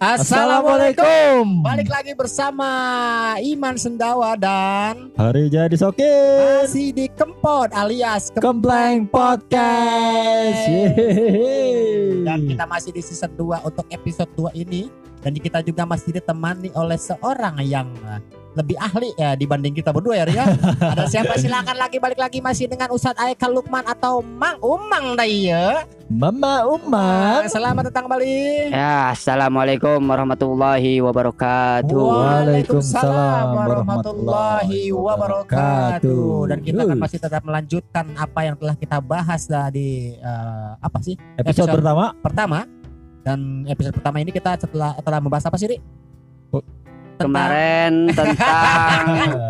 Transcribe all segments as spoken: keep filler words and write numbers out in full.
Assalamualaikum. Balik lagi bersama Iman Sendawa dan Hari Jadi Sokir masih di Kempot alias Kempleng Podcast. Yeay. Dan kita masih di season dua untuk episode dua ini. Dan kita juga masih ditemani oleh seorang yang lebih ahli ya dibanding kita berdua ya Ria. Ada siapa? Silakan lagi balik lagi masih dengan Ustadz Aika Lukman atau Mang Umang Daya. Mama Umang. Selamat datang kembali. Ya, assalamualaikum warahmatullahi wabarakatuh. Waalaikumsalam warahmatullahi wabarakatuh. Dan kita akan masih tetap melanjutkan apa yang telah kita bahas dari uh, apa sih Episode, episode pertama. Pertama. Dan episode pertama ini kita setelah telah membahas apa sih, Ri? Kemarin tentang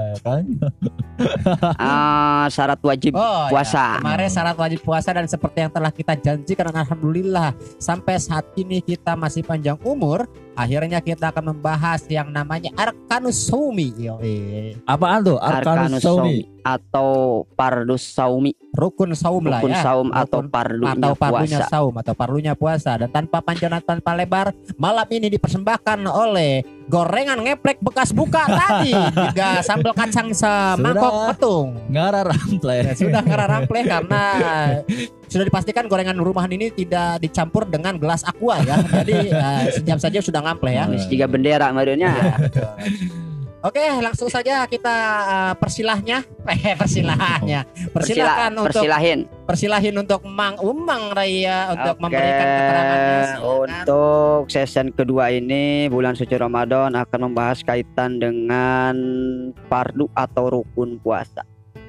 uh, syarat wajib oh, puasa. Ya. Kemarin syarat wajib puasa dan seperti yang telah kita janjikan, dan alhamdulillah sampai saat ini kita masih panjang umur. Akhirnya kita akan membahas yang namanya Arkanus Saumi. Apaan tuh? Arkanus, Arkanus Saumi atau Pardus Saumi. Rukun saum lah Rukun ya. saum Rukun, atau pardunya atau pardunya puasa. saum atau pardunya puasa. Dan tanpa panjang dan tanpa lebar, malam ini dipersembahkan oleh gorengan ngeplek bekas buka tadi, juga sambal kacang semangkok petung. Ngara rample. Ya, sudah ngara rample karena sudah dipastikan gorengan rumahan ini tidak dicampur dengan gelas aqua ya. Jadi uh, sejam saja sudah ngample ya. Wis tiga bendera madunya. Oke, langsung saja kita uh, persilahnya, eh persilahnya, persilakan untuk persilahin, persilahin untuk Mang Umang Raya untuk Oke, memberikan keterangannya. Silakan. Untuk season kedua ini bulan suci Ramadan akan membahas kaitan dengan fardu atau rukun puasa.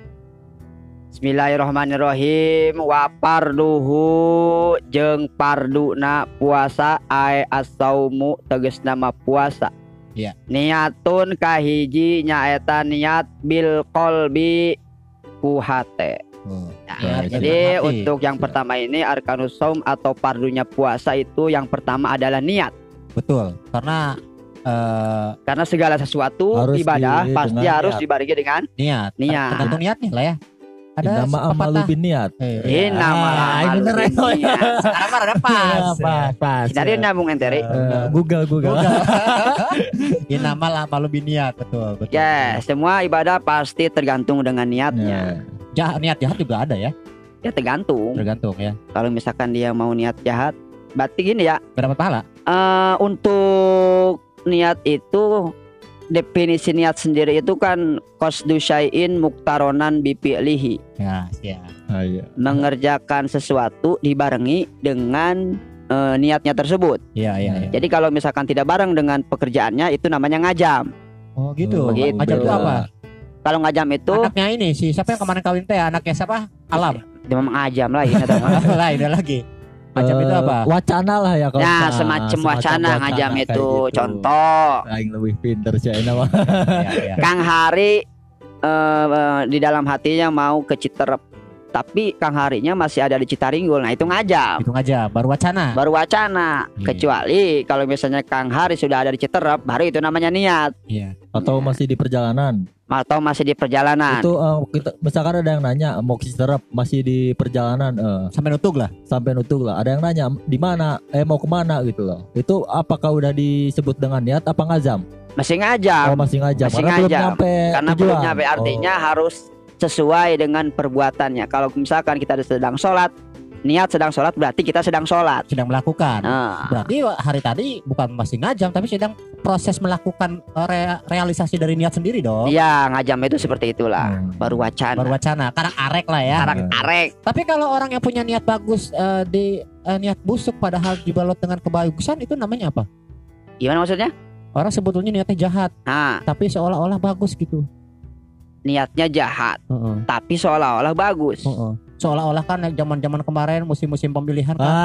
Bismillahirrahmanirrahim. Wa parduhu jeung parduna puasa ai as-saumu tegasna mah puasa. Ya. Niatun kahiji nyaeta niat bil qalbi ku hate. Oh, Nah, ya, jadi hati. untuk yang pertama ini arkanus saum atau pardunya puasa itu yang pertama adalah niat. Betul, karena uh, Karena segala sesuatu Harus ibadah di- pasti dengan harus niat. dibarengi dengan niat, Niat. tergantung niatnya lah ya. Ada Nama amalu pepatah. bin niat. Eh, Ini nama Ah, ini amalu bener, bin ya. niat. sekarang mah ada pas. Pas, pas. Dari nabung enteri. Eh, Google, Google. Ini nama lah malu biniat, betul, betul. Ya, semua ibadah pasti tergantung dengan niatnya. Jahat, niat jahat juga ada ya, Ya tergantung. tergantung ya. Kalau misalkan dia mau niat jahat, berarti gini ya. Berapa pahala? eh, untuk niat itu definisi niat sendiri itu kan qasdu syai'in muktaronan bifi'lihi. Ya, ya. Ah, iya. Mengerjakan sesuatu dibarengi dengan eh, niatnya tersebut. Iya, iya, iya. Jadi kalau misalkan tidak bareng dengan pekerjaannya itu namanya ngajam. Oh, gitu. Begitu. Ngajam itu apa? Kalau ngajam itu Anaknya ini si siapa yang kemarin kawin teh? Anaknya siapa? Alam. dia memang ngajam lah ini ada. Lain ada lagi. Ngajam itu Eh, apa? Wacana lah ya kalau Nah, misalnya. semacam wacana ngajam kayak itu. gitu. Contoh, Aing lebih pinter sih Aing mah. Ya, ya. Kang Hari eh, eh, di dalam hatinya mau ke Citerep, tapi Kang Harinya masih ada di Citaringgul. Nah, itu ngajam. Itu ngajam, baru wacana. Baru wacana. Iya. Kecuali kalau misalnya Kang Hari sudah ada di Citerep, baru itu namanya niat. Iya. Atau masih di perjalanan. Atau masih di perjalanan. Itu eh, kita, misalkan ada yang nanya mau ke Citerep masih di perjalanan eh, Sampai nutug lah. sampai nutup lah. Ada yang nanya di mana, eh mau kemana gitu loh. Itu apakah udah disebut dengan niat apa ngazam? Masih ngajam. Oh masih ngajam. Masih Karena belum ngajam. nyampe Karena tujuan. belum nyampe, artinya harus sesuai dengan perbuatannya. Kalau misalkan kita sedang sholat, niat sedang sholat berarti kita sedang sholat. Sedang melakukan. Nah, Berarti hari tadi bukan masih ngajam tapi sedang proses melakukan uh, re- realisasi dari niat sendiri dong. iya ngajam itu seperti itulah. Hmm. Baru wacana. Baru wacana, karang arek lah ya. Arek arek. Tapi kalau orang yang punya niat bagus uh, di uh, niat busuk padahal dibalut dengan kebagusan itu namanya apa? Gimana maksudnya? Orang sebetulnya niatnya jahat Nah, tapi seolah-olah bagus gitu. niatnya jahat, Heeh. tapi seolah-olah bagus. Heeh. Seolah-olah kan zaman-zaman kemarin musim-musim pemilihan kan.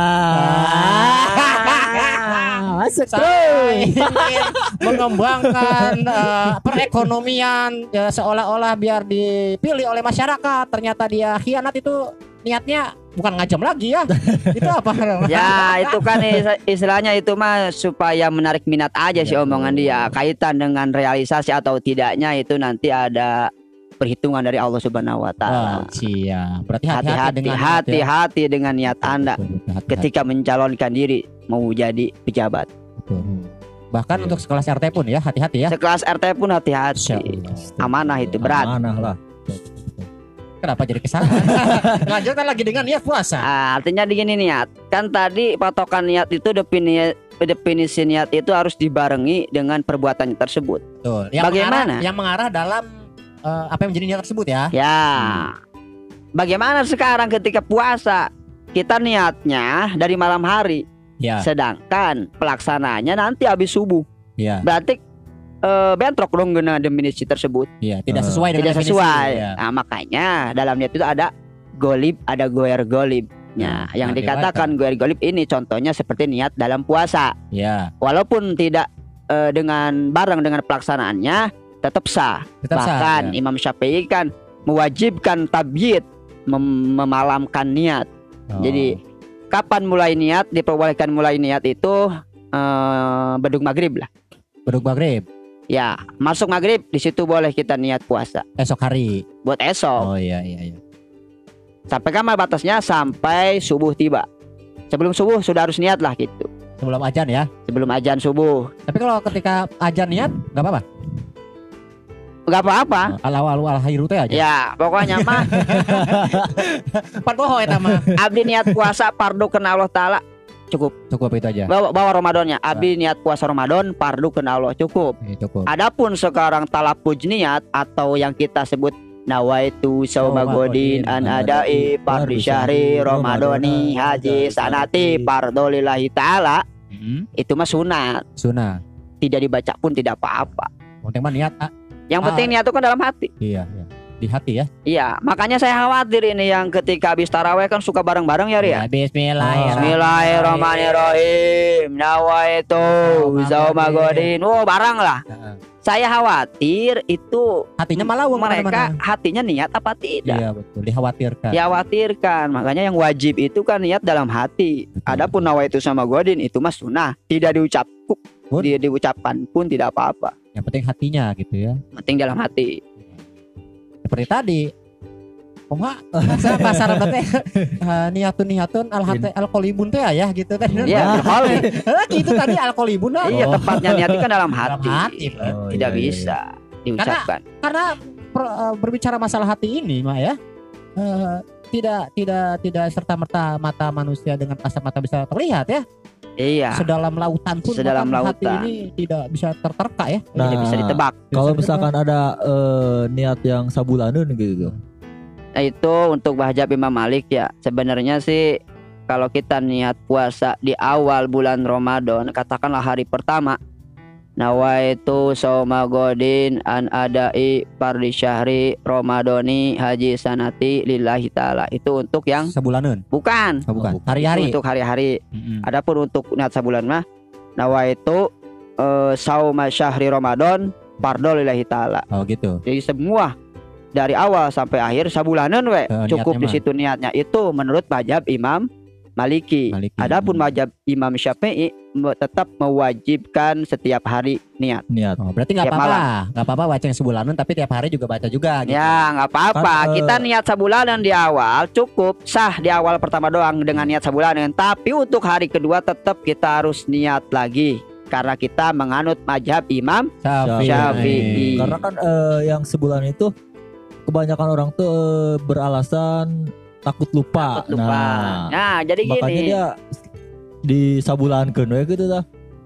Ah, masuk Saya terus. ingin mengembangkan eh, perekonomian ya, seolah-olah biar dipilih oleh masyarakat. Ternyata dia khianat, itu niatnya bukan ngajam lagi ya. Itu apa? Ya itu kan is- istilahnya itu mah supaya menarik minat aja sih Ya, omongan dia. Kaitan dengan realisasi atau tidaknya itu nanti ada perhitungan dari Allah Subhanahu wa taala. Wah, siap. Berarti hati-hati Hati-hati, dengan niat ya. hati-hati dengan niat Anda Betul, betul, hati-hati. ketika mencalonkan diri mau jadi pejabat. Betul. Bahkan Iya. untuk sekelas R T pun ya hati-hati ya. Sekelas R T pun hati-hati. Insya Allah. Amanah itu berat. Amanah lah. Kenapa jadi kesana? Lanjutkan lagi dengan niat puasa. Ah, artinya begini niat. Kan tadi patokan niat itu definisi definisi niat itu harus dibarengi dengan perbuatan tersebut. Betul. Yang Bagaimana? Mengarah, yang mengarah dalam eh, apa yang menjadi niat tersebut ya. Ya. Bagaimana sekarang ketika puasa? Kita niatnya dari malam hari, Ya. sedangkan pelaksanaannya nanti habis subuh. Ya. Berarti eh, bentrok dong dengan definisi tersebut. Ya. Tidak Eh, sesuai dengan Tidak definisi. sesuai. Ya. Nah, makanya dalam niat itu ada golib, ada goer golib. Nah, yang nah, dikatakan goer golib ini contohnya seperti niat dalam puasa. Ya. Walaupun tidak eh, dengan bareng dengan pelaksanaannya, tetap sah. Tetap sah, Bahkan ya. Imam Syafi'i kan mewajibkan tabyid, mem- memalamkan niat. Oh. Jadi kapan mulai niat, diperbolehkan mulai niat itu eh, beduk maghrib lah. Beduk maghrib Ya, masuk maghrib di situ boleh kita niat puasa esok hari. buat esok. Oh iya iya iya. Sampai kapan batasnya? Sampai subuh tiba. Sebelum subuh sudah harus niat lah gitu. Sebelum ajan ya. Sebelum ajan subuh. Tapi kalau ketika ajan niat nggak apa-apa. Gak apa-apa. Al awal al khairu teh aja. Ya, pokoknya mah Pan boho eta mah. abdi niat puasa fardu kena Allah Ta'ala cukup. Cukup itu aja. Bawa, bawa Ramadannya. Abdi niat puasa Ramadan fardu kena Allah cukup. Eh, cukup. Adapun sekarang talapuj niat atau yang kita sebut nawaitu saumagodin an adai fardi syahri ramadhani haji sanati fardu lillahi ta'ala, Hmm. itu mah sunat, Sunnah. tidak dibaca pun tidak apa-apa. Penting mah niat. Ah. Yang Ah. penting niat itu kan dalam hati. Iya, iya. Di hati ya. Iya, makanya saya khawatir ini yang ketika habis taraweh kan suka bareng-bareng ya Ria. Ya, bismillahirrahmanirrahim. Bismillahirrahmanirrahim. Nawaitu saumagodin. Oh, barang lah. Heeh. Saya khawatir itu Hatinya malah uang mereka mana-mana. hatinya niat apa tidak. Iya betul, dikhawatirkan. Dikhawatirkan. Makanya yang wajib itu kan niat dalam hati. Adapun nawaitu sama godin itu mah sunnah, tidak diucap Pun? di, diucapkan pun tidak apa-apa. Yang penting hatinya gitu ya. Penting dalam hati. Seperti tadi. Kumaha bahasa bahasa Arab teh eh, niatun niatun al hati al qalibun teh ya gitu kan. Iya, berkali. Eh, gitu tadi al qalibun ah. Iya, tepatnya niat itu kan dalam Dalam hati. hati, Pak. Oh, Tidak iya, iya, bisa diucapkan. Karena per- eh, berbicara masalah hati ini mah ya eh, tidak tidak tidak serta merta mata manusia dengan kasat mata bisa terlihat ya. Iya. Sedalam lautan pun Sedalam bahkan hati lautan. ini tidak bisa terterka ya. Nah, Tidak bisa ditebak. Kalau Bisa misalkan ada eh, niat yang sabulanun gitu. Nah, itu untuk bahjab Imam Malik ya. Sebenarnya sih kalau kita niat puasa di awal bulan Ramadan, katakanlah hari pertama, nawaitu saumagodin an adai fardi syahri ramadhani haji sanati lillahi ta'ala. Itu untuk yang Sebulanan. bukan. Oh, bukan. bukan. Hari-hari. Itu untuk hari-hari. Mm-mm. Adapun untuk niat sabulan mah nawaitu eh, sauma syahri Ramadan fardu lillahi ta'ala. Oh gitu. Jadi semua dari awal sampai akhir sabulanan we Eh, cukup niatnya di mah. situ niatnya. Itu menurut mazhab Imam Maliki. Maliki. Adapun mazhab Imam Syafi'i me- tetap mewajibkan setiap hari niat. Niat. Oh, berarti nggak Tiap apa-apa, nggak apa-apa baca yang sebulanan, tapi tiap hari juga baca juga. Gitu. Ya nggak apa-apa. Kan, eh, Kita niat sabulanan di awal cukup sah di awal pertama doang dengan niat sabulanan. Tapi untuk hari kedua tetap kita harus niat lagi karena kita menganut mazhab Imam Syafi'i. Syafi'i. Karena kan eh, yang sebulan itu kebanyakan orang tuh eh, beralasan takut lupa. Takut lupa. Nah, Nah, jadi makanya gini. dia di sabulan kedua gitu dah.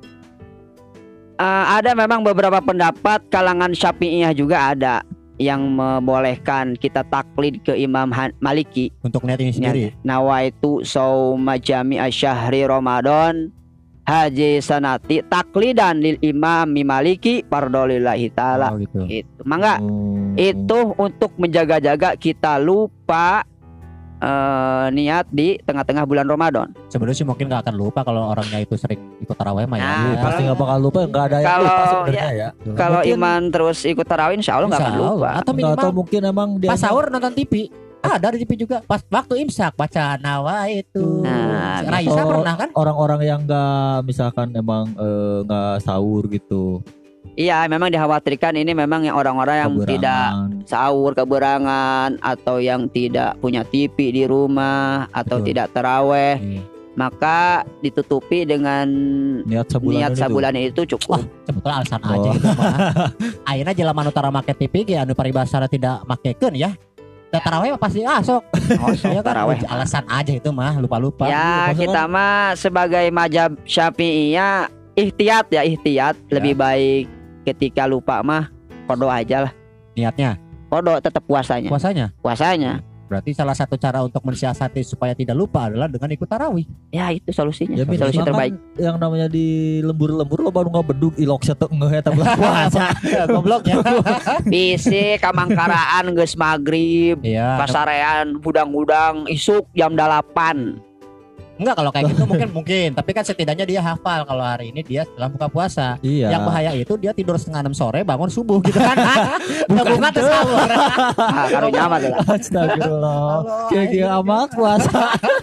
Eh, ada memang beberapa pendapat kalangan Syafi'iyah juga ada yang membolehkan kita taklid ke Imam Han- Maliki. Untuk niat ini sendiri. Nawaitu sauma jami'a syahri Ramadan haji sanati taklidan lil Imam Maliki fardolillahi ta'ala. Oh gitu. Itu mangga Oh. itu untuk menjaga-jaga kita lupa eh, niat di tengah-tengah bulan Ramadan. Sebenarnya sih mungkin nggak akan lupa kalau orangnya itu sering ikut tarawih mah ya. Nah, Lu Ya. pasti nggak bakal lupa, nggak ada yang Kalau- lupa sebenarnya ya. Kalau Mungkin- iman terus ikut tarawih insya Allah nggak akan Insya Allah. lupa. Atau nggak, minimal atau mungkin emang dia pas sahur nonton T V. Ada di T V juga. Pas waktu imsak baca nawa itu. Nah, Raisa atau pernah kan? orang-orang yang nggak misalkan emang eh, nggak sahur gitu, Iya, memang dikhawatirkan ini memang yang orang-orang yang tidak keberangan. sahur keberangan atau yang tidak punya T V di rumah atau Betul. tidak teraweh. Iya. maka ditutupi dengan Niat sebulan niat itu. sabulan itu cukup. Sebetulnya alasan Oh. aja gitu mah. Ayeuna jelema anu tara make T V ge anu paribasana tidak makekeun ya. Da taraweh mah pasti ah sok. Oh, sok Ya kan, taraweh. alasan aja itu mah lupa-lupa. Ya maksudnya kita mah sebagai mazhab Syafi'iyah ihtiyat ya ihtiyat Ya. lebih baik ketika lupa mah kodo aja lah. Niatnya, Kodo tetap puasanya. puasanya. Puasanya. Berarti salah satu cara untuk mensiasati supaya tidak lupa adalah dengan ikut tarawih. Ya itu solusinya. Ya Solusi minimal terbaik. kan yang namanya di lembur-lembur lo baru nggak bedug ilok setek ngehe bulan puasa. Goblok ya. Bisi kamangkaraan geus magrib, Iya. pasarean hudang-hudang isuk jam delapan. Enggak kalau kayak gitu mungkin mungkin, tapi kan setidaknya dia hafal kalau hari ini dia setelah buka puasa. Iya. Yang bahaya itu dia tidur setengah enam sore bangun subuh gitu kan. Bukan terus sahur. Ah, karunya mah tuh. Astagfirullah. Allah, Kayak aing amat puasa.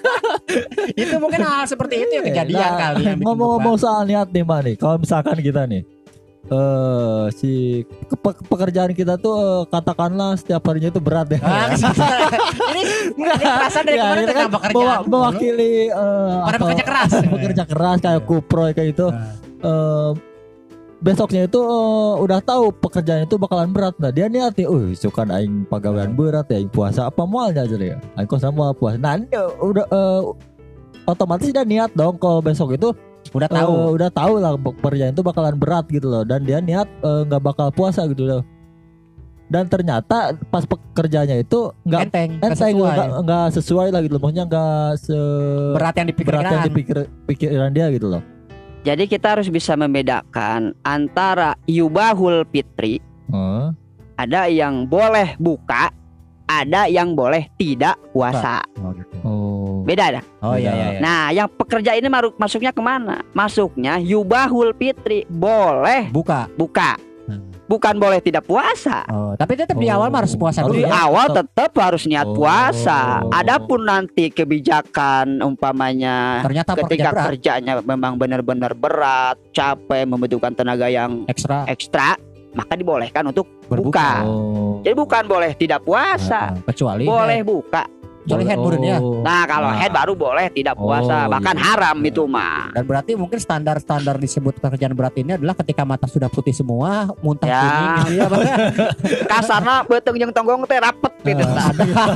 Itu mungkin hal seperti itu yang kejadian Nah, kali yang bikin ngomong-ngomong lupa. soal niat nih Mbak nih. Kalau misalkan kita nih eh si kepe- pekerjaan kita tuh eh, katakanlah setiap harinya itu berat ya. Ah, ini ini perasaan dari Ya, kemarin kita kan tentang pekerjaan. bawa- mewakili eh, Pada atau- pekerja keras. pekerja keras kayak kuproy kayak gitu. Ah. Eh, besoknya itu eh, udah tahu pekerjaan itu bakalan berat. Nah dia niat nih, uh sukan aing pegawaian berat ya, aing puasa apa mualnya aja ya. Aing kok sama puasa. Nah ini udah eh, otomatis dia niat dong kalau besok itu Udah eh, tahu. udah tahu lah pekerjaan itu bakalan berat gitu loh, dan dia niat eh, nggak bakal puasa gitu loh. Dan ternyata pas pekerjaannya itu nggak Enteng, nggak enteng, sesuai. nggak nggak sesuai lah gitu loh. Maksudnya nggak seberat Berat yang yang dipikirkan. dipikir pikiran dia gitu loh. Jadi kita harus bisa membedakan antara yubahul fitri, Heeh. ada yang boleh buka, ada yang boleh tidak puasa. Oh, gitu. Oh. Beda dah. Oh iya iya. iya. Nah, yang pekerja ini maru- masuknya kemana? Masuknya yubahul fitri, boleh Buka. buka, Hmm. bukan boleh tidak puasa. Oh, tapi tetap di Oh. awal mah harus puasa Harus dulu Di ya. awal Tetap. tetap harus niat Oh. puasa. Adapun nanti kebijakan umpamanya Ternyata pekerja ketika berat, kerjanya memang benar-benar berat, capek, membutuhkan tenaga yang ekstra ekstra, maka dibolehkan untuk berbuka. buka. Oh. Jadi bukan boleh tidak puasa, Ah, ah, kecuali boleh buka. Kecuali head murun ya. Oh. Nah, kalau Nah. head baru boleh tidak puasa, Oh, bahkan iya. haram itu mah. Dan berarti mungkin standar-standar disebut pekerjaan berat ini adalah ketika mata sudah putih semua, muntah Ya. kuning gitu ya. Bang. Kasarna beuteung jeung tonggong teh rapet gitu. Ah,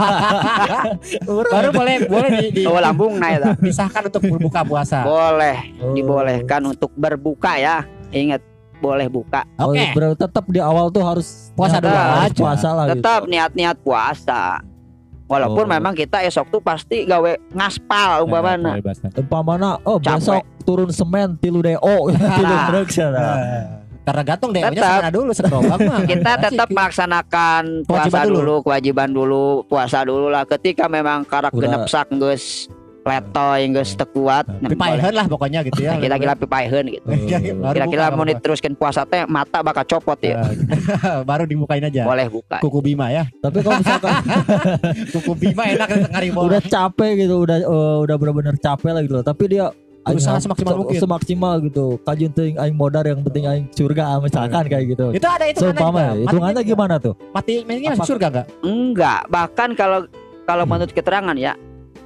Baru boleh boleh di, di- Oh, lambung naik lah. disahkan untuk berbuka puasa. Boleh Oh. dibolehkan untuk berbuka ya. Ingat, boleh buka. Oh, Oke. berarti tetap di awal tuh harus Puasa niat dulu harus aja. puasa lah gitu. Tetap niat-niat puasa. Walaupun Oh. memang kita esok tuh pasti gawe ngaspal umpamana. Umpamana oh Capek. besok turun semen tilu D O tilu Nah. brek sana. Tergantung deh, Tetap. sana dulu segerobak mah. Kita Asik. tetap melaksanakan puasa Kewajiban dulu. dulu, kewajiban dulu, puasa dulu lah. Ketika memang karak Udah. genep sak geus letoy geus teu kuat, nah, boleh. Pipaeheun lah pokoknya gitu ya. Kira-kira pipaeheun gitu. Oh. Baru Kira-kira buka, mau baru buka. diteruskan puasa teh mata bakal copot ya. Ah, baru dibukain aja. Boleh buka. Kuku Bima ya. Tapi kalau misalkan Kuku Bima enak di tengah rimbo. udah capek gitu, udah eh, udah benar-benar capek lah gitu loh. Tapi dia Berusaha aing semaksimal se- mungkin. Semaksimal gitu. Kajun teuing aing modar yang penting aing surga misalkan kayak gitu. Itu ada itu Seumpama hitungannya gimana tuh? Mati ini masuk Apa- surga enggak? Enggak, bahkan kalau kalau Hmm. menurut keterangan ya,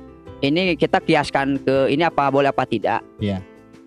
ini kita kiaskan ke ini apa boleh apa tidak. Iya.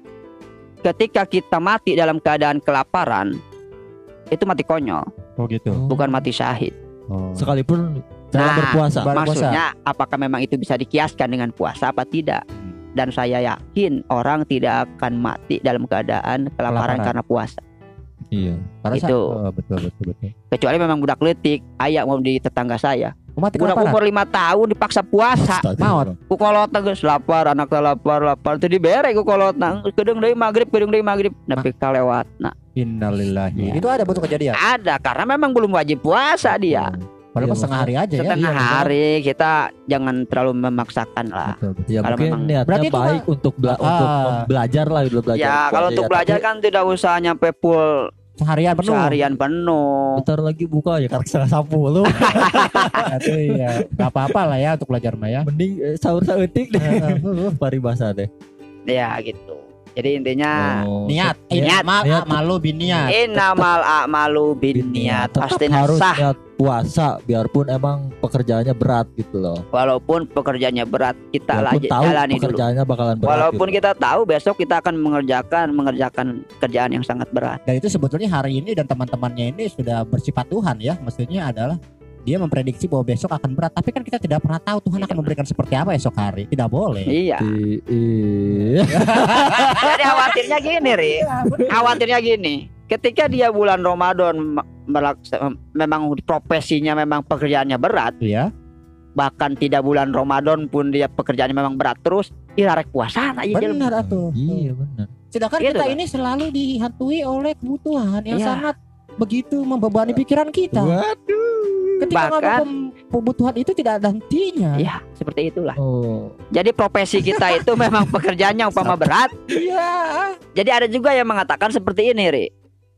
Ketika kita mati dalam keadaan kelaparan, itu mati konyol, Oh gitu. bukan mati syahid. Oh. Sekalipun cara Nah, berpuasa. Bar- puasa. Maksudnya, apakah memang itu bisa dikiaskan dengan puasa apa tidak? Dan saya yakin orang tidak akan mati dalam keadaan kelaparan Kelaparan. karena puasa. Iya. Karena Itu. sa- oh, betul betul betul. Kecuali memang budak letik, ayah mau di tetangga saya. Mati Budak kelaparan. umur lima tahun dipaksa puasa. Astagfirullah. Ku kolotna geus lapar, anak lapar, lapar teu dibere ku kolotna. Kedeung deui magrib, kedeung deui magrib, nepi kalewatna. Innalillahi. Ya. Itu ada bentuk kejadian. Ada karena memang belum wajib puasa dia. Padahal Iya, pas setengah hari aja ya. Setengah Iya, hari kita jangan terlalu memaksakan lah. Betul, betul. Ya Kalau mungkin memang- niatnya Berarti itu baik untuk bela- Ah. untuk mem- belajar lah gitu belajar. Ya puasa kalau untuk ya. belajar Tapi kan tidak usah nyampe full Seharian penuh. seharian penuh. bentar lagi buka ya karena setengah sepuluh. Itu ya. Gak apa-apa lah ya untuk belajar mah ya. Mending eh, sahur saeutik deh. Paribasa deh. Ya gitu. Jadi intinya Oh, Niat, niat, niat, ma niat. malu biniat. innamal a'malu binniat. Tetap Pasti harus sah. niat puasa biarpun emang pekerjaannya berat gitu loh. Walaupun pekerjaannya berat, kita Walaupun laj- tahu jalani dulu. pekerjaannya bakalan berat. Walaupun gitu. kita tahu besok kita akan mengerjakan mengerjakan kerjaan yang sangat berat. Dan itu sebetulnya hari ini dan teman-temannya ini sudah bersifat Tuhan ya. Maksudnya adalah dia memprediksi bahwa besok akan berat. Tapi kan kita tidak pernah tahu Tuhan akan memberikan seperti apa esok hari. Tidak boleh. Iya. I- i- Jadi khawatirnya gini, Ri. Khawatirnya gini. Ketika dia bulan Ramadan me- melaks- memang profesinya memang pekerjaannya berat, Ya. bahkan tidak bulan Ramadan pun dia pekerjaannya memang berat terus, irarek puasa aja jelema. Benar atuh. Iya benar. Sedangkan Gitu kita kan? ini selalu dihantui oleh kebutuhan yang Iya. sangat begitu membebani pikiran kita. Waduh. Ketika nggak ada Bahkan- pem- kebutuhan itu tidak ada hentinya. Iya, seperti itulah. Oh. Jadi profesi kita itu memang pekerjaannya umpama berat. Iya. Jadi ada juga yang mengatakan seperti ini, Ri.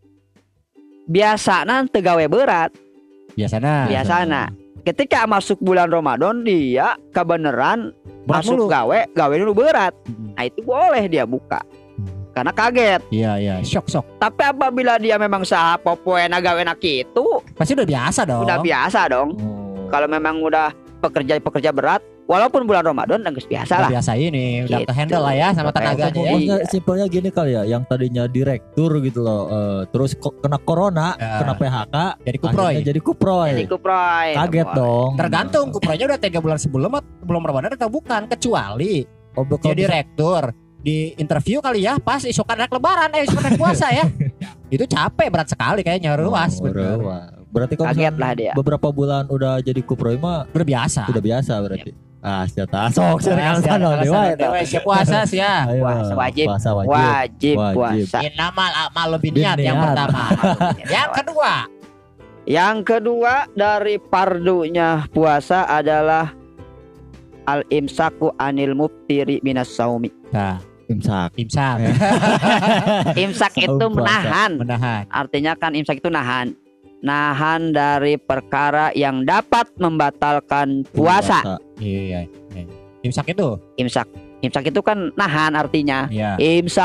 Biasana tegawe berat, Biasanya. biasana. Ketika masuk bulan Ramadan dia kebenaran Berat masuk mulu. gawe, gawe dulu berat. Hmm. Nah itu boleh dia buka. Karena kaget. Iya iya. Shock shock. Tapi apabila dia memang sah popoena gawe nak itu, Pasti udah biasa dong. udah biasa dong. Oh. Kalau memang udah pekerja-pekerja berat, walaupun bulan Ramadan nggak biasa Udah lah. biasa ini. Udah Gitu. ke handle lah ya sama Udah tenaganya ya. Pokoknya Iya. simpelnya gini kali ya, yang tadinya direktur gitu loh, eh, terus kok kena corona, Ya. kena P H K, Jadi kuproy. akhirnya jadi kuproy. Jadi kuproy. Kaget Boleh. dong. Tergantung kuproynya udah tiga bulan sebelum belum Ramadan atau bukan. Kecuali Oh, dia kalau bisa- direktur di interview kali ya pas isokan rek lebaran eh isokan rek puasa ya. Itu capek berat sekali kayaknya ruas Oh, bener. ruas. Berarti kalau Kaget misalnya lah dia. beberapa bulan udah jadi kuproy mah Udah biasa. udah biasa berarti. Ah, siapa sok Nah, sering alasan siap, loh alasan, dewa. dewa, siap puasa sih ya. Ayo, Puasa wajib. Puasa wajib. Wajib, Wajib. puasa. Innamal a'malu binniyat yang Binniyat. pertama. Yang kedua, Yang kedua dari pardunya puasa adalah al imsaku anil muftiri minas saumi. nah, Imsak. imsak Imsak Saum itu puasa. menahan. menahan. Artinya kan imsak itu nahan. Nahan dari perkara yang dapat membatalkan puasa. Iya, iya. Imsak itu. Imsak. Imsak itu kan nahan artinya. Iya.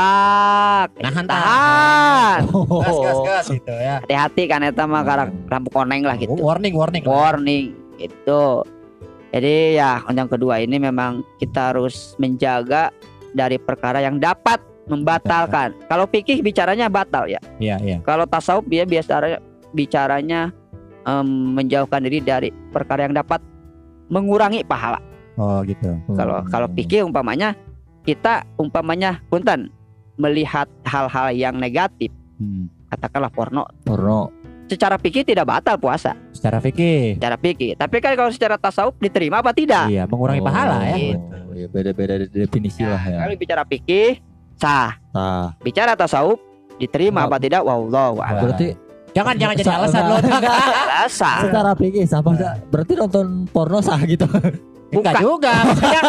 Imsak. Nahan, tahan. Gas gas Oh. gas gitu ya. Hati-hati kan eta mah karena lampu koneng lah gitu. Oh, warning warning. Warning itu. Jadi ya yang kedua ini memang kita harus menjaga dari perkara yang dapat membatalkan. Kalau fikih bicaranya batal ya. Iya, iya. Kalau tasawuf dia biasanya bicaranya em, menjauhkan diri dari perkara yang dapat mengurangi pahala. Oh, gitu. Kalau kalau fikih umpamanya kita umpamanya punten melihat hal-hal yang negatif, Hmm. katakanlah porno. Porno. Secara fikih tidak batal puasa, Secara fikih. secara fikih. Tapi kan kalau secara tasawuf diterima apa tidak? Iya, mengurangi pahala ya. Gitu. Oh, iya, beda-beda definisi lah ya. Kalau bicara fikih sah, Nah, bicara tasawuf diterima Oh. apa tidak? Wallahu a'lam. berarti Jangan jangan jadi Sa- alasan lo. enggak, Sah. secara fikih sama berarti nonton porno sah gitu. Enggak juga. Maksudnya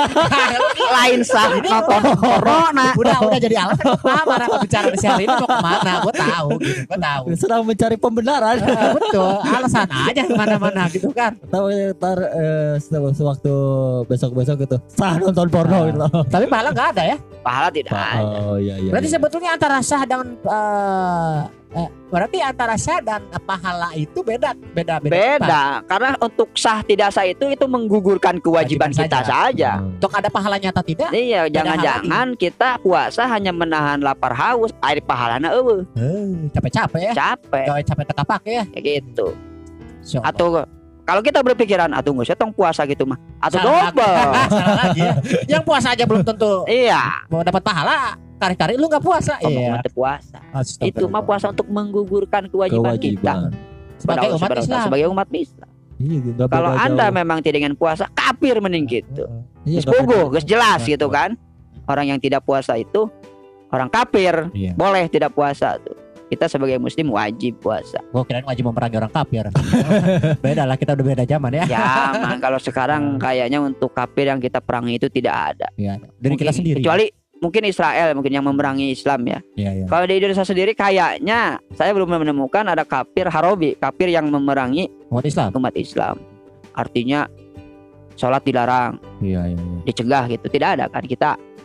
Lain sah nonton corona. udah udah jadi alasan kemana apa bicara di hari ini mau kemana? Gue tahu gitu, gue tahu. Sedang mencari pembenaran. Ah, betul, alasan aja kemana-mana gitu kan. Tahu ntar eh, se- sewaktu besok-besok gitu sah nonton porno Ah. gitu loh. Tapi pahala nggak ada ya. Pahala tidak ada. Oh iya iya. Berarti iya. sebetulnya antara sah dan eh, eh, berarti antara sah dan eh, pahala itu beda beda beda. Beda, karena untuk sah tidak sah itu itu menggugurkan kewajiban Kewajiban kita saja. saja. Hmm. Untuk ada pahalanya atau tidak? Iya, Beda jangan-jangan kita puasa hanya menahan lapar haus, air pahalana eueuh, Eh, capek-capek ya. capek Gawe capek teka pakai ya. kayak gitu. So, Atau kalau kita berpikiran atuh geus tong puasa gitu mah. Atuh salah lagi. double. Salah lagi ya. Yang puasa aja belum tentu Iya, mau dapat pahala. Kari-kari lu nggak puasa. ngomong Iya. mati puasa. Astagfirullah. Itu mah puasa untuk menggugurkan kewajiban, kita. Kewajiban. sebagai Pada Allah umat Subhanahu wa ta'ala, Islam. sebagai umat Islam. Iya, nggak Kalau beda Anda jauh. memang tidak ingin puasa, kafir mending gitu. Iya, Geus nggak puguh, beda. geus jelas gitu kan. Orang yang tidak puasa itu orang kafir, Iya. boleh tidak puasa tuh. Kita sebagai muslim wajib puasa. Gue kirain wajib memerangi orang kafir. Beda lah, kita udah beda zaman ya. Ya, man, kalau sekarang kayaknya untuk kafir yang kita perangi itu tidak ada. Iya. Dari kita Mungkin- sendiri. Kecuali mungkin Israel mungkin yang memerangi Islam ya. Iya, iya. Kalau di Indonesia sendiri kayaknya saya belum menemukan ada kafir harobi, kafir yang memerangi Umat Islam. umat Islam. Artinya sholat dilarang, Iya, iya, iya. dicegah gitu. Tidak ada kan, kita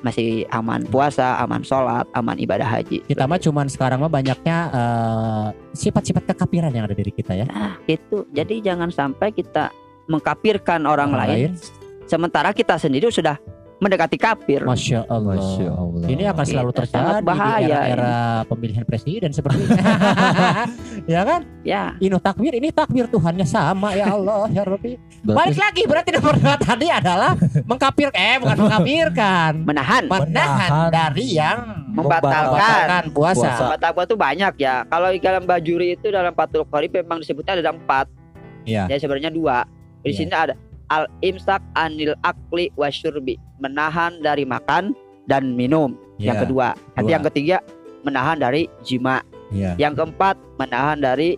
masih aman puasa, aman sholat, aman ibadah haji. Kita mah cuman sekarang mah banyaknya eh, sifat-sifat kekafiran yang ada di diri kita ya. Nah, gitu. Jadi jangan sampai kita mengkafirkan orang, Orang lain, sementara kita sendiri sudah mendekati kafir. Masya Allah. Masya Allah. Ini akan selalu Kita terjadi sangat bahaya di era-era pemilihan presiden seperti ini. Ya kan? Ya, Inuh takbir, ini takbir Tuhannya sama ya Allah ya Rabbi. Balik Berarti lagi berarti nomor dua tadi adalah mengkafir eh bukan mengkafirkan, menahan, menahan Menahan. dari yang membatalkan. membatalkan puasa. Puasa. Membatalkan itu banyak ya. Kalau di dalam bajuri itu dalam Fathul Qorib memang disebutnya ada empat. Iya. Ya sebenarnya dua. Di Iya. sini ada al imsak anil akli wasyurbi, menahan dari makan dan minum. Iya. Yang kedua. Nanti Dua. yang ketiga menahan dari jima. Iya. Yang keempat menahan dari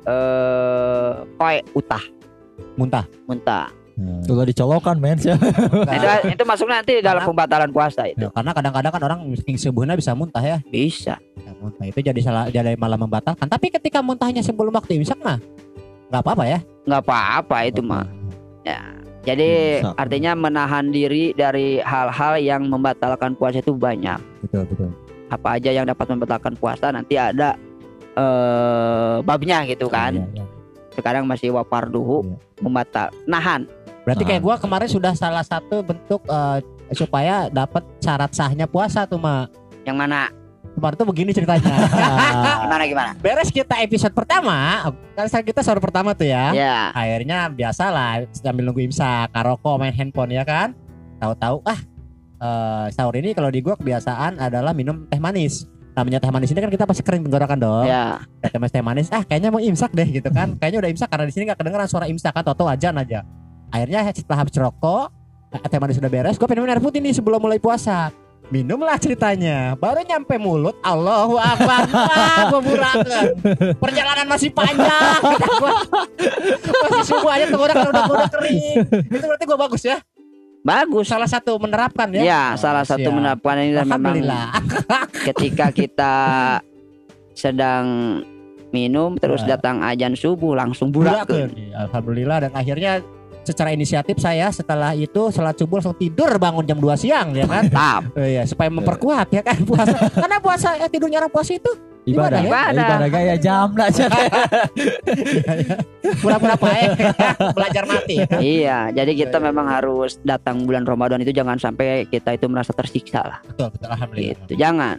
eh koi utah, Muntah. muntah. udah dicolokan men sih. Nah, itu, itu masuknya nanti dalam Karena- pembatalan puasa itu. Ya, karena kadang-kadang kan orang saking subuhnya bisa muntah ya. Bisa. Ya, muntah itu jadi salah, jadi malah membatalkan. Tapi ketika muntahnya sebelum waktu imsak mah nggak apa-apa ya. Nggak apa-apa itu mah. Jadi Bisa. artinya menahan diri dari hal-hal yang membatalkan puasa itu banyak. Betul betul. Apa aja yang dapat membatalkan puasa nanti ada eh babnya gitu kan. Iya, iya. Sekarang masih waparduhu Iya. membatal nahan. Berarti kayak Nah. gua kemarin sudah salah satu bentuk eh, supaya dapat syarat sahnya puasa tuh Mak. Yang mana? Kemarin tuh begini ceritanya. Gimana gimana? Beres kita episode pertama, kan kita sahur pertama tuh ya. Ya. Akhirnya biasalah sambil nunggu imsak, karoko main handphone ya kan. Tahu-tahu ah eh, sahur ini kalau di gua kebiasaan adalah minum teh manis. Namanya teh manis ini kan kita pasti kering tenggorokan dong. Ya. Teh manis teh manis, ah kayaknya mau imsak deh gitu kan. Kayaknya udah imsak karena di sini nggak kedengeran suara imsak kan, toto ajan aja. Akhirnya setelah habis rokok, teh manis sudah beres, gua pengen minum air putih nih sebelum mulai puasa. Minumlah ceritanya, baru nyampe mulut, Allahu Akbar, wah gua burakan. Perjalanan masih panjang, kata gua. Masih subuh aja tenggorokan udah udah kering. Itu berarti gua bagus ya. Bagus. Salah satu menerapkan ya. Ya, salah satu siap. menerapkan ini dan memang Alhamdulillah. ketika kita sedang minum terus Ya. datang ajan subuh langsung burak. Burakan. Iya, Alhamdulillah dan akhirnya secara inisiatif saya setelah itu salat subuh langsung tidur bangun jam dua siang ya kan. Mantap. Oh, iya, supaya memperkuat ya kan puasa. Karena puasa eh, tidurnya orang puasa itu Ibadah, Ibadah, ya? ibadah gaya jam lah aja. pura-pura baik belajar mati. Iya, jadi kita memang harus datang bulan Ramadan itu jangan sampai kita itu merasa tersiksa lah. Betul, betul alhamdulillah. Gitu. Jangan.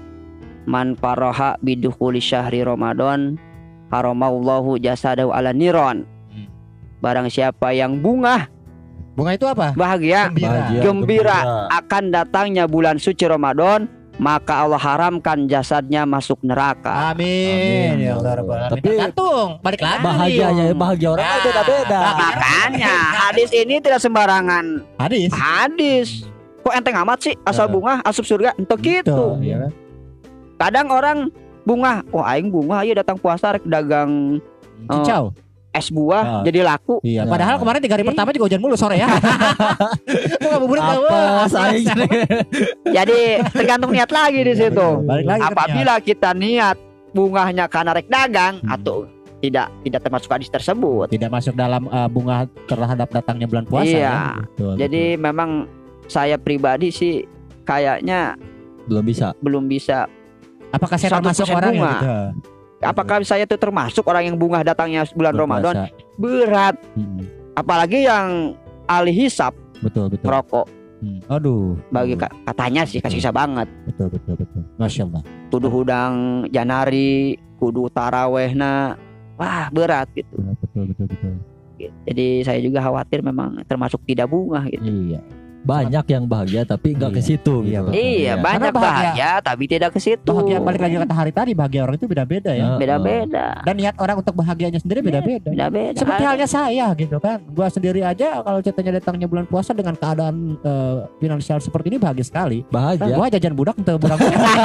Man faroha bidukhuli syahri Ramadan haramallahu jasadahu ala niron. Hmm. Barang siapa yang bunga Bunga itu apa? bahagia Gembira. Bahagia, gembira akan datangnya bulan suci Ramadan, maka Allah haramkan jasadnya masuk neraka. Amin. Amin. Ya Allah Rabbal Alamin. Tapi Tergantung, balik lagi. Bahagianya bahagia orang Ya. kan beda-beda. Makanya hadis ini tidak sembarangan Hadis. hadis. Kok enteng amat sih asal Ya. bunga asup surga? Entuk gitu. Tuh, ya kan? Kadang orang bunga, oh aing bunga ayo datang puasa rek dagang Cicau. es buah Ah. jadi laku. Iya, Ya. padahal kemarin tiga hari pertama juga hujan mulu sore ya. Bunga buburit Apa saing Jadi tergantung niat lagi di situ. Balik lagi ke Apabila kita niat bunganya karena rek dagang Hmm. atau tidak tidak termasuk hadis tersebut. tidak masuk dalam uh, bunga terhadap datangnya bulan puasa Iya. ya. Betul, Jadi memang saya pribadi sih kayaknya belum bisa. belum bisa. betul. Apakah saya satu termasuk persen orang yang bunga. gitu? Apakah saya itu termasuk orang yang bunga datangnya bulan Bulan Ramadan? puasa. Berat. Hmm, Apalagi yang ahli hisap betul betul. rokok. Hmm. Aduh. Bagi ka- katanya sih kasih bisa banget. Betul betul betul. Masya Allah. Tuduh hudang janari, kudu tarawehna. Wah, berat gitu. Betul betul betul. Jadi saya juga khawatir memang termasuk tidak bunga gitu. Iya. Banyak yang bahagia tapi nggak ke Iya. situ Iya, gitu. betul. Iya, Iya. banyak Karena bahagia- bahagia tapi tidak ke situ. Bahagia balik lagi kata hari tadi bahagia orang itu beda-beda ya. Heeh. Beda-beda. Dan niat orang untuk bahagianya sendiri beda-beda. Beda-beda. Seperti halnya saya gitu kan. Gua sendiri aja kalau ceritanya datangnya bulan puasa dengan keadaan eh, finansial seperti ini bahagia sekali. Kan Bahagia. gua jajan budak untuk budak.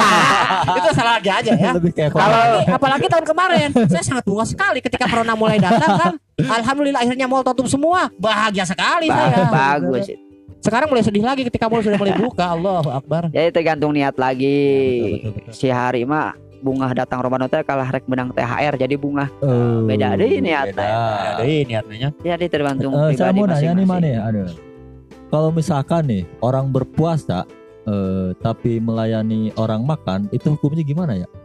Itu salah lagi aja ya. Lebih kayak Apalagi, apalagi tahun kemarin saya sangat bunga sekali ketika corona mulai datang kan. Alhamdulillah akhirnya mall tutup semua. Bahagia sekali Ba- saya. bagus. Sekarang mulai sedih lagi ketika mall sudah mulai buka. Allahu Akbar. Jadi tergantung niat lagi. Betul, betul, betul. Si hari mah bunga datang Ramadan teh kalah rek menang T H R jadi bunga. Oh, Beda deh niatnya. beda. Ada ini niatnya. Jadi tergantung Eh, saya pribadi mau nanya nih masing-masing. mana ya? Aduh. Kalau misalkan nih orang berpuasa eh, tapi melayani orang makan itu hukumnya gimana ya?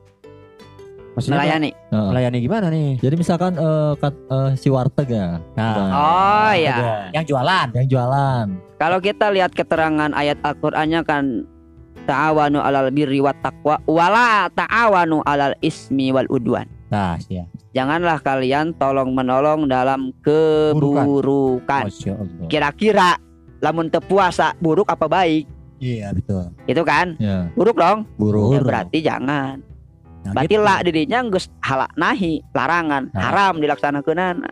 Maksudnya Melayani. Heeh. melayani gimana nih? Jadi misalkan eh, kat- eh, si warteg ya, Nah, Oh ya. yang jualan. yang jualan. Kalau kita lihat keterangan ayat Al-Qur'annya kan ta'awanu 'alal birri wat taqwa wala ta'awanu 'alal ismi wal udwan. Nah, ya. Janganlah kalian tolong menolong dalam keburukan. Masya Allah. Kira-kira lamun teu puasa buruk apa baik? Iya betul. Itu kan? Ya, Buruk dong. buruk. Ya berarti jangan. Nah, Berarti gitu. lah dirinya geus halak nahi, larangan, Nah. haram dilaksanakeunana.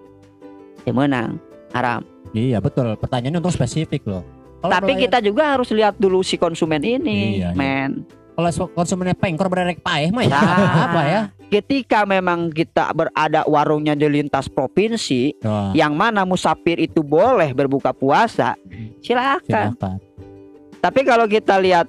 Ya menang, haram. Iya betul. Pertanyaannya untuk spesifik loh. Kalau Tapi melayani- kita juga harus lihat dulu si konsumen ini, Iya, iya. men. kalau konsumennya pengkor bererek paeh mah ya Nah, apa ya? Ketika memang kita berada warungnya di lintas provinsi, Oh, yang mana musafir itu boleh berbuka puasa, silakan. silakan. Tapi kalau kita lihat,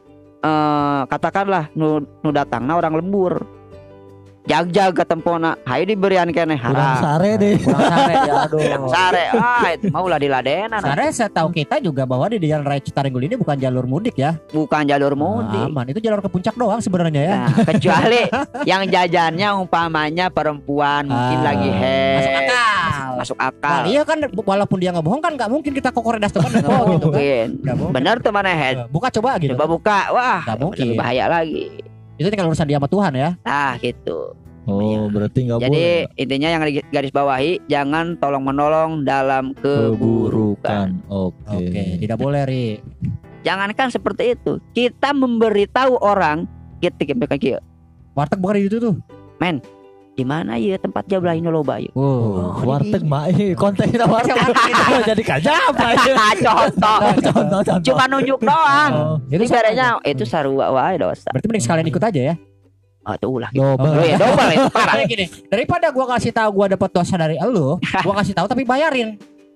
eh, katakanlah nu, nu datangna orang lembur, jag-jag ke tempona, hayu diberian kene Kurang haram. sare deh. Kurang sare ya aduh. Sare, ah itu maulah diladenan. Sare saya tahu kita juga bahwa di jalan raya Citarenggol ini bukan jalur mudik ya. Bukan jalur Nah, mudik. aman. Itu jalur ke puncak doang sebenarnya ya. Nah, kecuali yang jajannya umpamanya perempuan mungkin Ah, lagi head, Masuk akal. masuk Nah, akal. iya kan walaupun dia nggak bohong kan nggak mungkin kita kokore das depan Nggak oh, gitu kan. mungkin. Nggak mungkin. Benar tuh mana head. Buka coba gitu. Coba buka, wah Nggak mungkin. lebih bahaya lagi. Itu tinggal urusan dia sama Tuhan ya. Nah gitu. Oh, berarti nggak boleh. Jadi intinya yang di garis bawahi, jangan tolong menolong dalam keburukan. Keburukan. Oke. Oke, tidak boleh Ri. Jangankan seperti itu, kita memberitahu orang kita kita kieu. Warteg bukan di itu tuh. Men, di mana ya tempat jablahin loba yeuh? Oh, warteg mah eh kontennya warteg. Jadi kajap apa ya? Contoh, Contoh, contoh. cuma nunjuk doang. Oh, Itu Ibaratnya itu sarua wae dosa. Berarti mending sekalian ikut aja ya. Oh, tuh ulah gitu. double. Oh, ya double itu parah. Kayak gini, daripada gua kasih tahu gua dapat dosa dari elu, gua kasih tahu tapi bayarin.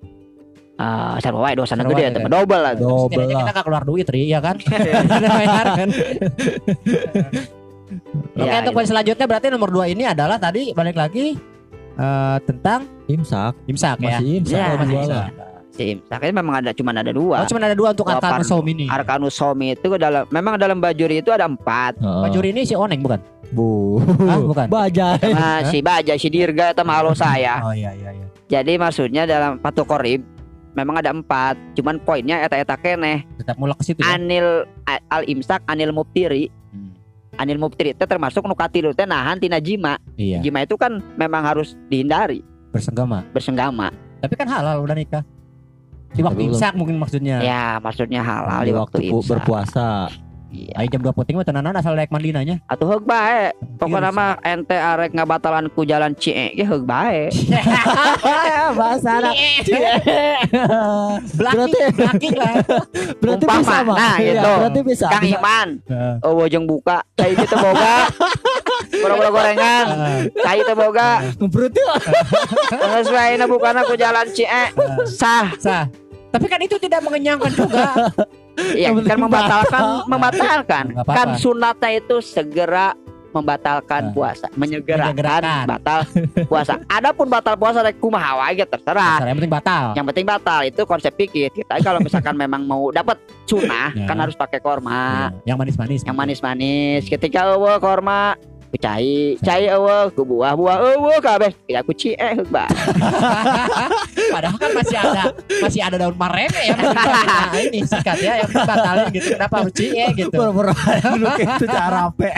Ah, sarua wae dosa Sarua gede wae, teh kan? double lah. Double Setidaknya lah. kita gak keluar duit Ri, ya kan? Bayar kan? Oke, Ya, untuk poin selanjutnya berarti nomor dua ini adalah tadi balik lagi eh, tentang Imsak. imsak ya. Masih imsak. Ya, kalau masih jualan. imsak. Si imsak itu memang ada cuma ada dua. Oh, cuma ada dua untuk Dua arkanus parno. saum ini. Arkanus Somi itu dalam memang dalam bajuri itu ada empat. Heeh. Bajuri ini si Oneng bukan? Bu. Hah, bukan? Bajai. Nah, si Baja, si Dirga itu malo saya. Oh iya iya iya. Jadi maksudnya dalam Patu Korib memang ada empat. Cuman poinnya eta-eta keneh. Tetap mulak ke situ ya. Anil a- al imsak, anil mubtiri. Hmm. Anil mubtiri itu termasuk nu katilu teh nahan tina jima. Iya, Jima itu kan memang harus dihindari, bersenggama. bersenggama. Tapi kan halal udah nikah. Di waktu Tapi belum. imsak mungkin maksudnya. Ya, maksudnya halal Di waktu pu- imsak. berpuasa. Iya. Ayo jam dua puting mah tenanan asal daek mandinanya. Atuh heug bae. Pokoknya mah ente arek ngabatalan ku jalan Cie ge heug bae. Bahasa anak. Blaki, blaki lah. Berarti Umpama, bisa, Mak. nah, Iya, gitu. berarti bisa. Kang bisa. Iman, eueuh jeung buka, cai kita boga. Gora-gora gorengan, cai teh boga. Berarti Geus wae na bukana ku jalan Cie. Sah. Sah. Tapi kan itu tidak mengenyangkan juga. Iya, Yang kan penting membatalkan, membatalkan. Nggak apa-apa. Kan sunatnya itu segera membatalkan Nah. puasa, menyegerakan Menyegerakan. batal puasa. Adapun batal puasa rek kumaha wae ge terserah. Yang penting batal. Yang penting batal itu konsep pikir. Kita kalau misalkan memang mau dapat sunnah Ya. kan harus pakai korma. Yang manis-manis. Yang manis-manis. Ketika eueuh korma ku cai, cai eueuh ku buah-buah eueuh kabeh. Ya ku cie heug ba. Padahal kan masih ada masih ada daun marene ya. Nah, ini sikat ya yang batalin gitu. Kenapa harus cie gitu. pura-pura lu itu cara apa?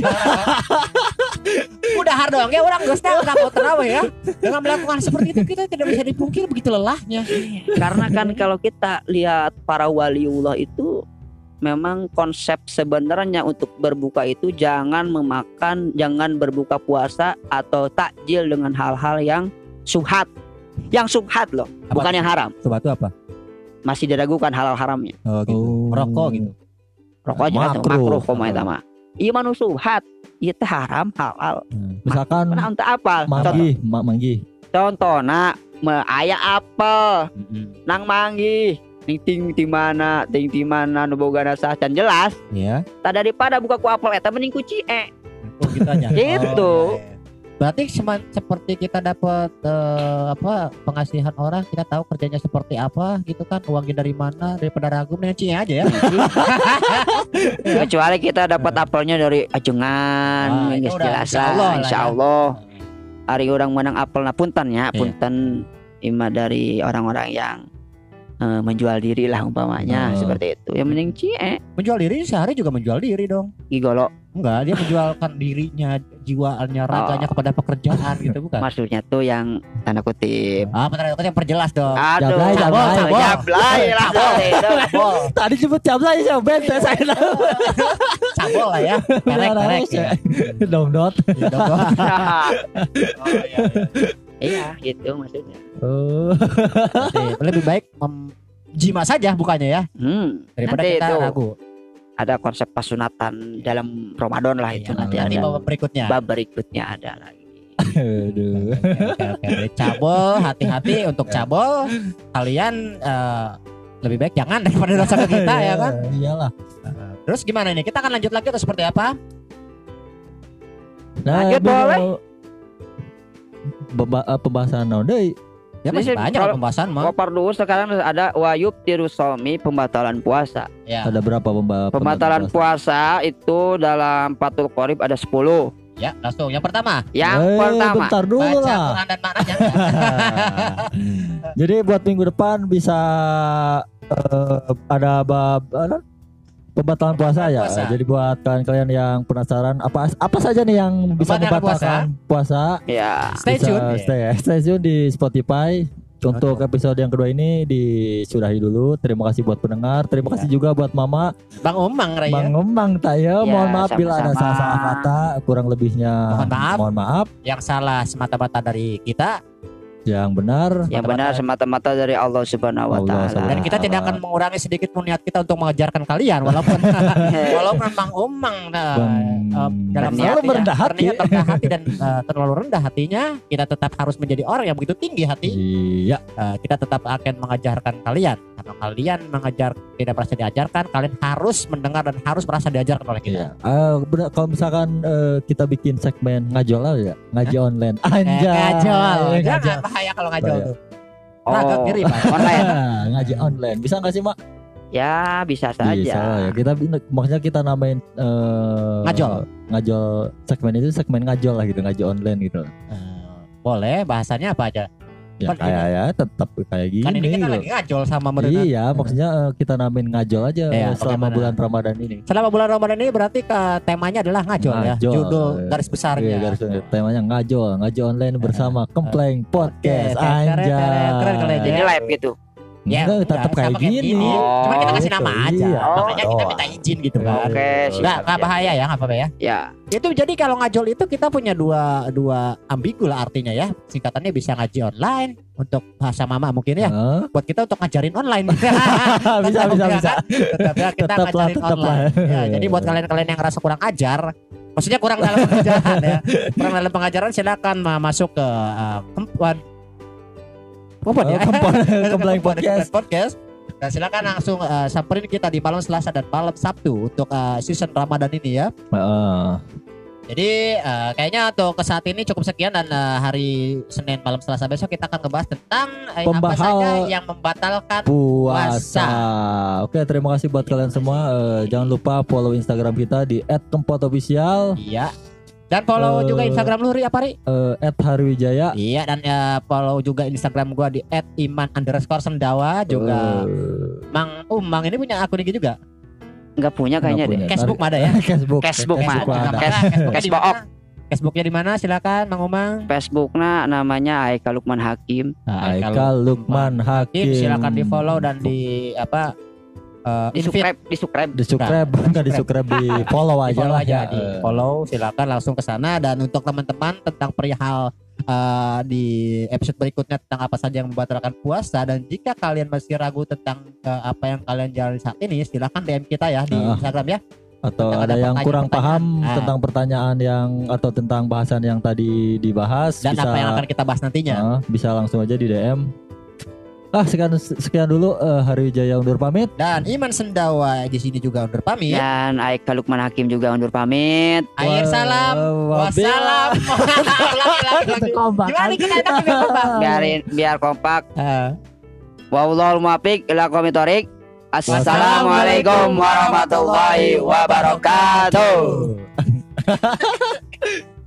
Udah hard dong ya orang geus teh mau terawih ya. Dengan melakukan seperti itu kita tidak bisa dipungkiri begitu lelahnya. Karena kan kalau kita lihat para waliullah itu memang konsep sebenarnya untuk berbuka itu jangan memakan, jangan berbuka puasa atau takjil dengan hal-hal yang subhat. Yang subhat loh, Apa? bukan yang haram. Coba tuh apa? Masih diragukan halal haramnya. Oh gitu. Oh. Rokok gitu. Rokok aja Makruh. makruh, makruh komae eta mah. Ieu mah nu subhat, ieu teh haram halal. Misalkan Nah, untuk apa? manggi, mak manggi. Contohna me aya apel, nang manggi. Ting ting di mana, ting di mana nu bogana sah can jelas. Iya. Tak daripada buka ku apel eta mending ku cie. Oh gitu aja. Gitu. Oh, iya, iya. Berarti sema- seperti kita dapat eh, apa pengasihan orang, kita tahu kerjanya seperti apa gitu kan, uangnya dari mana, daripada ragu dengan Cie aja ya. Kecuali kita dapat apelnya dari ajengan, Ah, itu geus udah jelas insya Allah lah, lah insya ya. Allah. Hari orang menang apel na punten ya, Iya. punten ima dari orang-orang yang eh, menjual diri lah umpamanya Oh. seperti itu. Yang mending cie Menjual diri sehari juga menjual diri dong. gigolo. Enggak, dia menjualkan dirinya, jiwaannya, raganya Oh. kepada pekerjaan gitu bukan? Maksudnya tuh yang tanda kutip. Ah, benar yang perjelas dong. Aduh, Jablay, cabol, jablay. cabol, jablay lah tadi itu. Cabol, Tadi sebut jam saya siapa bente saya tahu. cabol lah ya. Perek, perek ya. Dong dot. Iya, dong, dong. Oh, iya, iya. Iya, gitu maksudnya. Oh. Jadi, lebih baik mem- jima saja bukannya ya Hmm, daripada nanti kita itu ragu. ada konsep pasunatan dalam Ramadan lah itu Iya, nanti nanti ada. babak berikutnya. Bab berikutnya ada lagi. Aduh. Oke, oke, oke. Jadi cabol, hati-hati untuk cabol. Kalian eh, lebih baik jangan daripada dosa ke kita ya kan. Iyalah. Terus gimana nih? Kita akan lanjut lagi atau seperti apa? Nah, Lanjut, ini boleh. mau Beba- eh, pembahasan naon deui? Ya masih Jadi, banyak kalau- lah pembahasan mah. Kopar dulu sekarang ada wayub tirusomi pembatalan puasa. Ya. Ada berapa pemba Pembatalan puasa itu dalam Fathul Qorib ada sepuluh. Ya, langsung. Yang pertama, Yang Eh, pertama, bentar dulu baca lah. Quran dan maknanya. Jadi buat minggu depan bisa eh, ada bab apa? Pembatalan puasa ya. Puasa. Jadi buat kalian-kalian yang penasaran apa apa saja nih yang bisa Pembatalan membatalkan puasa, ya. Stay bisa tune. stay, stay tune di Spotify. Untuk episode yang kedua ini disudahi dulu. Terima kasih buat pendengar. Terima Ya. kasih juga buat Mama Bang Umang Raya. Bang Ngomang Tayo. Ya, Mohon maaf bila ada sama-sama. salah-salah kata, kurang lebihnya Mohon maaf. mohon maaf. Yang salah semata-mata dari kita, Yang benar Yang benar semata-mata dari Allah Subhanahu wa Allah taala. dan kita tidak akan mengurangi sedikit pun niat kita untuk mengajarkan kalian walaupun walaupun Bang Umang nah, Bang- eh, dalam Berniat niat Selalu merendah hati. berniat rendah hati dan eh, terlalu rendah hatinya, kita tetap harus menjadi orang yang begitu tinggi hati. Iya. Eh, kita tetap akan mengajarkan kalian. Karena kalian mengajar tidak merasa diajarkan, kalian harus mendengar dan harus merasa diajarkan oleh kita. Iya. Eh, bener- kalau misalkan eh, kita bikin segmen ngajol aja ya, ngaji online. Eh, Anjay. ngajol, Eh, jangan bahaya kalau ngajol Bahaya. tuh. Raga Oh, kiri Pak. online. ngaji online. Bisa nggak sih, Mak? Ya, bisa saja. Bisa ya. Kita maksudnya kita namain eh, Ngajol. Ngajol segmen itu segmen ngajol lah gitu, ngaji online gitu. Eh, boleh bahasanya apa aja? Ya Kan kayak ya tetap kayak gini. Kan ini kita gitu. lagi ngajol sama mendengar. Iya, maksudnya eh, kita namain ngajol aja Iya, eh, selama bagaimana? bulan Ramadan ini. Selama bulan Ramadan ini berarti ke temanya adalah ngajol, ya. Ngajol. Judul garis besarnya. Iya, garis besar. Temanya ngajol, ngaji online bersama Kempleng Podcast. Keren, keren, Anjay. keren, keren, keren. Jadi live gitu. Ya, Enggak, udah, tetap kayak sama kayak gini. gini. Oh, Cuma kita kasih nama gitu, aja. iya. Makanya kita Oh. minta izin gitu kan. Oke, Nggak, siap, nggak siap. bahaya ya, nggak apa-apa ya. Ya, Itu jadi kalau ngajol itu kita punya dua dua ambigu lah artinya ya. Singkatannya bisa ngaji online untuk bahasa mama mungkin ya. Hah? Buat kita untuk ngajarin online. bisa bisa Tetap ya bisa. kan? Tetap ya kita Tetap lah, ngajarin tetap lah. online. Ya, jadi buat kalian-kalian yang ngerasa kurang ajar, maksudnya kurang dalam pengajaran ya. Kurang dalam pengajaran silakan uh, masuk ke uh, Kempuan Kempuan ya. Oh, Kempleng Kempleng Kempuan Podcast. Podcast. Dan silakan langsung uh, samperin kita di malam Selasa dan malam Sabtu untuk uh, season Ramadan ini ya. Heeh. Jadi uh, kayaknya untuk ke saat ini cukup sekian dan uh, hari Senin malam Selasa besok kita akan ngebahas tentang eh, apa Pembahal- saja yang membatalkan. Puasa. Oke, terima kasih buat kalian semua. Eh, jangan lupa follow Instagram kita di et kempot official, Iya. Dan follow Eh, juga Instagram lu Ri apa Ri? eh, et hariwijaya. Iya dan ya follow juga Instagram gua di et iman underscore sendawa juga. Eh, Mang Umang ini punya akun I G juga. nggak punya kayaknya Nggak deh. punya. Facebook ada ya? Facebook. Facebook mah. Facebook ada. Nah, Kes- Facebooknya di Facebook. mana? Facebooknya di mana? Silakan Mang Umang. Facebooknya namanya Aika Lukman Hakim. Haikal Lukman Hakim. Silakan di follow dan di apa? Uh, Di invite. subscribe, di subscribe. di subscribe, bukan di subscribe, di follow Di aja follow lah aja ya. di Eh, follow silakan langsung ke sana dan untuk teman-teman tentang perihal uh, di episode berikutnya tentang apa saja yang membatalkan puasa dan jika kalian masih ragu tentang uh, apa yang kalian jalani saat ini silakan D M kita ya di Ah. Instagram ya. atau Tentang ada ada yang kurang pertanyaan-pertanyaan. paham Ah. tentang pertanyaan yang atau tentang bahasan yang tadi dibahas Dan bisa apa yang akan kita bahas nantinya. eh, bisa langsung aja di D M. Ah sekian sekian dulu eh, Hari Wijaya undur pamit. Dan Iman Sendawa di sini juga undur pamit. Dan Aik Lukman Hakim juga undur pamit. Akhir salam. Wah, Wassalam. Lagi, lagi, lagi. Gimana kita enak ini kompak? Biarin biar kompak. Ah. Wallahul muwaffiq ila aqwamit thoriq. Assalamualaikum warahmatullahi wabarakatuh.